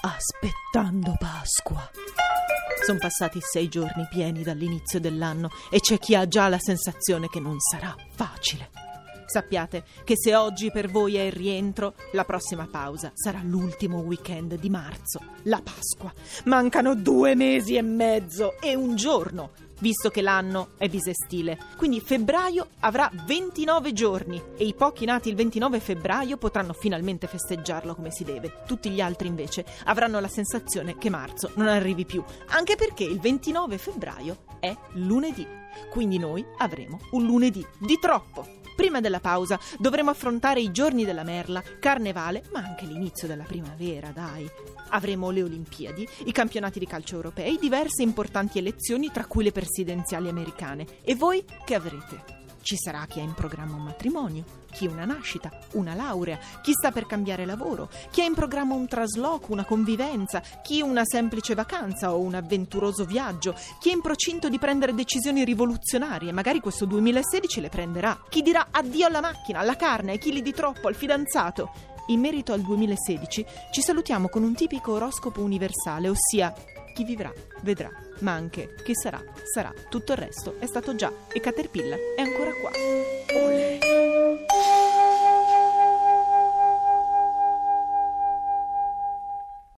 aspettando Pasqua. Sono passati 6 giorni pieni dall'inizio dell'anno e c'è chi ha già la sensazione che non sarà facile. Sappiate che se oggi per voi è il rientro, la prossima pausa sarà l'ultimo weekend di marzo, la Pasqua. Mancano 2 mesi e mezzo e un giorno, visto che l'anno è bisestile. Quindi febbraio avrà 29 giorni e i pochi nati il 29 febbraio potranno finalmente festeggiarlo come si deve. Tutti gli altri invece avranno la sensazione che marzo non arrivi più, anche perché il 29 febbraio è lunedì. Quindi noi avremo un lunedì di troppo. Prima della pausa dovremo affrontare i giorni della merla, carnevale, ma anche l'inizio della primavera, dai. Avremo le Olimpiadi, i campionati di calcio europei, diverse importanti elezioni, tra cui le presidenziali americane. E voi che avrete? Ci sarà chi ha in programma un matrimonio, chi una nascita, una laurea, chi sta per cambiare lavoro, chi ha in programma un trasloco, una convivenza, chi una semplice vacanza o un avventuroso viaggio, chi è in procinto di prendere decisioni rivoluzionarie, magari questo 2016 le prenderà, chi dirà addio alla macchina, alla carne, ai chili di troppo, al fidanzato. In merito al 2016 ci salutiamo con un tipico oroscopo universale, ossia chi vivrà vedrà, ma anche chi sarà sarà. Tutto il resto è stato già e Caterpillar è ancora qua. Olè.